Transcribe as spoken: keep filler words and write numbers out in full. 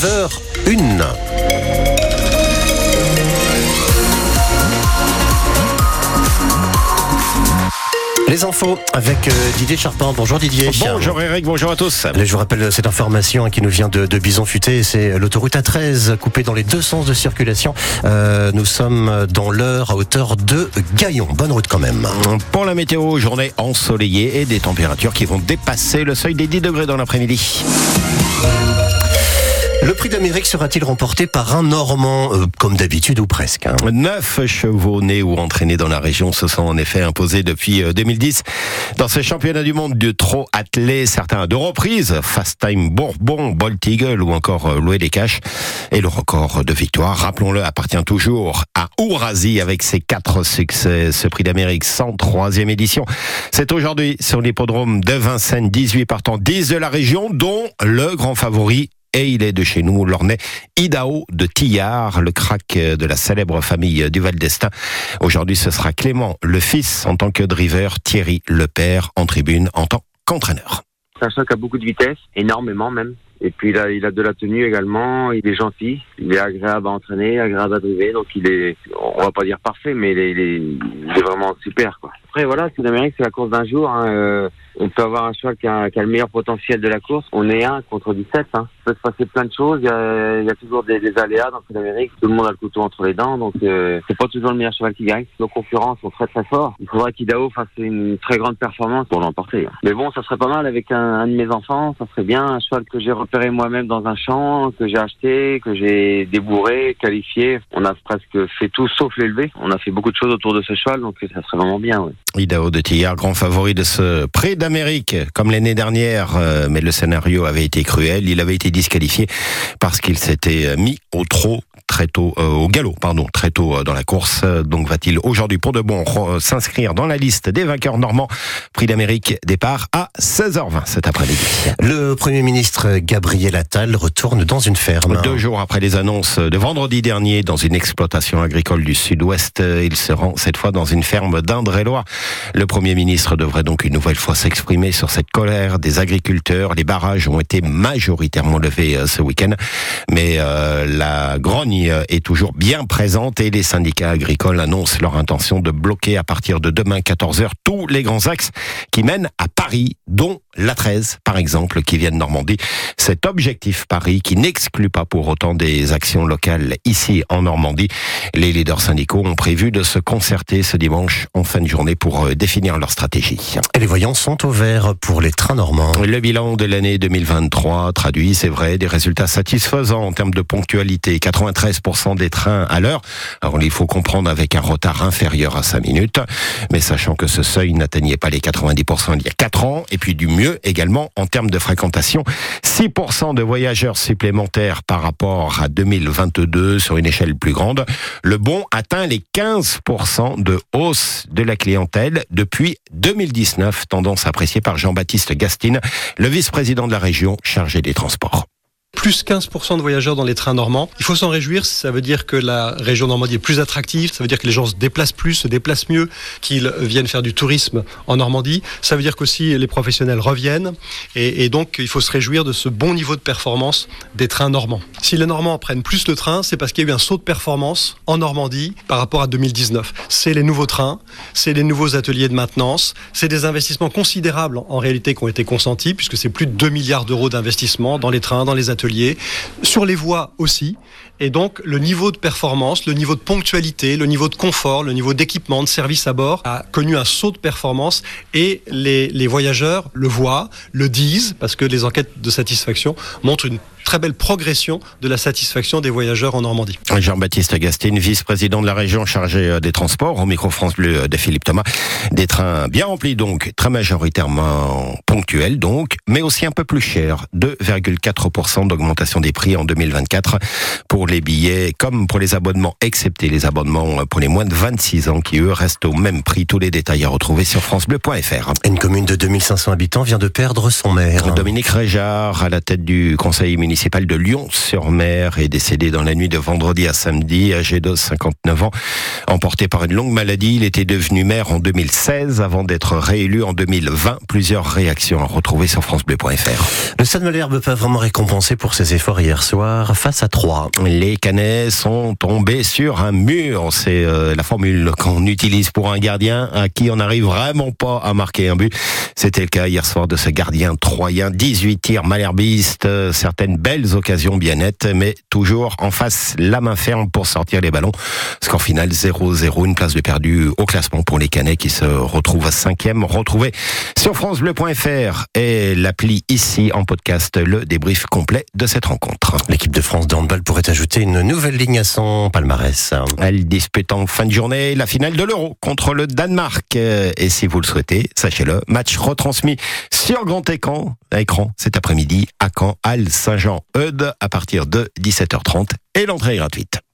neuf heures une. Les infos avec euh, Didier Charpin. Bonjour Didier. Bonjour Eric, bonjour à tous. Je vous rappelle cette information qui nous vient de, de Bison-Futé. C'est l'autoroute A treize coupée dans les deux sens de circulation. Euh, nous sommes dans l'heure à hauteur de Gaillon. Bonne route quand même. Pour la météo, journée ensoleillée et des températures qui vont dépasser le seuil des dix degrés dans l'après-midi. Le prix d'Amérique sera-t-il remporté par un Normand, euh, comme d'habitude ou presque hein. Neuf chevaux nés ou entraînés dans la région se sont en effet imposés depuis deux mille dix. Dans ces championnats du monde de trot attelé, certains à deux reprises, Fast Time Bourbon, Bolt Eagle ou encore Loué des Caches. Et le record de victoire, rappelons-le, appartient toujours à Ourasi avec ses quatre succès. Ce prix d'Amérique, cent troisième édition. C'est aujourd'hui sur l'hippodrome de Vincennes, dix-huit partants, dix de la région, dont le grand favori. Et il est de chez nous, l'Ornais Idaho de Tillard, le crack de la célèbre famille du Val d'Estaing. Aujourd'hui, ce sera Clément, le fils, en tant que driver, Thierry, le père, en tribune, en tant qu'entraîneur. C'est un choc à beaucoup de vitesse, énormément même. Et puis il a, il a de la tenue également, il est gentil, il est agréable à entraîner, agréable à driver, donc il est, on va pas dire parfait, mais il est, il est, il est vraiment super, quoi. Après voilà, c'est l'Amérique, c'est la course d'un jour, hein. euh, on peut avoir un cheval qui a, qui a le meilleur potentiel de la course, on est un contre dix-sept, hein. Il peut se passer plein de choses, il y a, il y a toujours des, des aléas dans cette Amérique, tout le monde a le couteau entre les dents, donc euh, c'est pas toujours le meilleur cheval qui gagne, nos concurrents sont très très forts, il faudrait qu'Idaho fasse une très grande performance pour l'emporter. Mais bon, ça serait pas mal avec un, un de mes enfants, ça serait bien, un cheval que j'ai repéré moi-même dans un champ, que j'ai acheté, que j'ai débourré, qualifié. On a presque fait tout sauf l'élever. On a fait beaucoup de choses autour de ce cheval, donc ça serait vraiment bien, oui. Idaho de Tillard, grand favori de ce prix d'Amérique, comme l'année dernière, euh, mais le scénario avait été cruel. Il avait été disqualifié parce qu'il s'était mis au trot très tôt, euh, au galop, pardon, très tôt euh, dans la course. Donc va-t-il aujourd'hui pour de bon euh, s'inscrire dans la liste des vainqueurs normands? Prix d'Amérique, départ à seize heures vingt cet après-midi. Le Premier ministre Gabriel Attal retourne dans une ferme. Deux jours après les annonces de vendredi dernier dans une exploitation agricole du sud-ouest, il se rend cette fois dans une ferme d'Indre-et-Loire. Le Premier ministre devrait donc une nouvelle fois s'exprimer sur cette colère des agriculteurs. Les barrages ont été majoritairement levés ce week-end, mais euh, la grogne est toujours bien présente et les syndicats agricoles annoncent leur intention de bloquer à partir de demain quatorze heures tous les grands axes qui mènent à Paris, dont l'A treize par exemple, qui vient de Normandie. Cet objectif Paris qui n'exclut pas pour autant des actions locales ici en Normandie. Les leaders syndicaux ont prévu de se concerter ce dimanche en fin de journée pour définir leur stratégie. Et les voyants sont au vert pour les trains normands. Le bilan de l'année deux mille vingt-trois traduit, c'est vrai, des résultats satisfaisants en termes de ponctualité. quatre-vingt-treize pour cent des trains à l'heure. Alors il faut comprendre avec un retard inférieur à cinq minutes. Mais sachant que ce seuil n'atteignait pas les quatre-vingt-dix pour cent il y a quatre ans. Et puis du mieux également en termes de fréquentation. six pour cent de voyageurs supplémentaires par rapport à deux mille vingt-deux sur une échelle plus grande. Le bon atteint les quinze pour cent de hausse de la clientèle depuis deux mille dix-neuf. Tendance appréciée par Jean-Baptiste Gastine, le vice-président de la région chargé des transports. Plus quinze pour cent de voyageurs dans les trains normands. Il faut s'en réjouir, ça veut dire que la région Normandie est plus attractive, ça veut dire que les gens se déplacent plus, se déplacent mieux, qu'ils viennent faire du tourisme en Normandie. Ça veut dire qu'aussi les professionnels reviennent et, et donc il faut se réjouir de ce bon niveau de performance des trains normands. Si les Normands prennent plus le train, c'est parce qu'il y a eu un saut de performance en Normandie par rapport à deux mille dix-neuf. C'est les nouveaux trains, c'est les nouveaux ateliers de maintenance, c'est des investissements considérables en réalité qui ont été consentis puisque c'est plus de deux milliards d'euros d'investissement dans les trains, dans les ateliers, sur les voies aussi. Et donc, le niveau de performance, le niveau de ponctualité, le niveau de confort, le niveau d'équipement, de service à bord a connu un saut de performance et les, les voyageurs le voient, le disent, parce que les enquêtes de satisfaction montrent une très belle progression de la satisfaction des voyageurs en Normandie. Jean-Baptiste Gastine, vice-président de la région chargé des transports, au micro France Bleu de Philippe Thomas. Des trains bien remplis donc, très majoritairement ponctuels donc, mais aussi un peu plus chers. deux virgule quatre pour cent d'augmentation des prix en deux mille vingt-quatre pour les billets comme pour les abonnements, excepté les abonnements pour les moins de vingt-six ans qui eux restent au même prix. Tous les détails à retrouver sur francebleu point f r. Une commune de deux mille cinq cents habitants vient de perdre son maire. Dominique Réjard à la tête du conseil municipal municipal de Lyon-sur-Mer est décédé dans la nuit de vendredi à samedi, âgé de cinquante-neuf ans. Emporté par une longue maladie, il était devenu maire en deux mille seize avant d'être réélu en deux mille vingt. Plusieurs réactions à retrouver sur francebleu point f r. Le Stade Malherbe pas vraiment récompensé pour ses efforts hier soir face à Troyes. Les Canets sont tombés sur un mur. C'est euh, la formule qu'on utilise pour un gardien à qui on n'arrive vraiment pas à marquer un but. C'était le cas hier soir de ce gardien troyen. dix-huit tirs malherbistes, certaines belles occasions bien nettes, mais toujours en face la main ferme pour sortir les ballons. Score final zéro zéro, une place de perdu au classement pour les Canets qui se retrouvent à cinquième. Retrouvez sur francebleu point f r et l'appli ici en podcast le débrief complet de cette rencontre. L'équipe de France de handball pourrait ajouter une nouvelle ligne à son palmarès. Elle dispute en fin de journée la finale de l'Euro contre le Danemark. Et si vous le souhaitez, sachez-le, match retransmis sur grand écran, écran cet après-midi à Caen, Halle Saint-Jean-Eudes à partir de dix-sept heures trente et l'entrée est gratuite.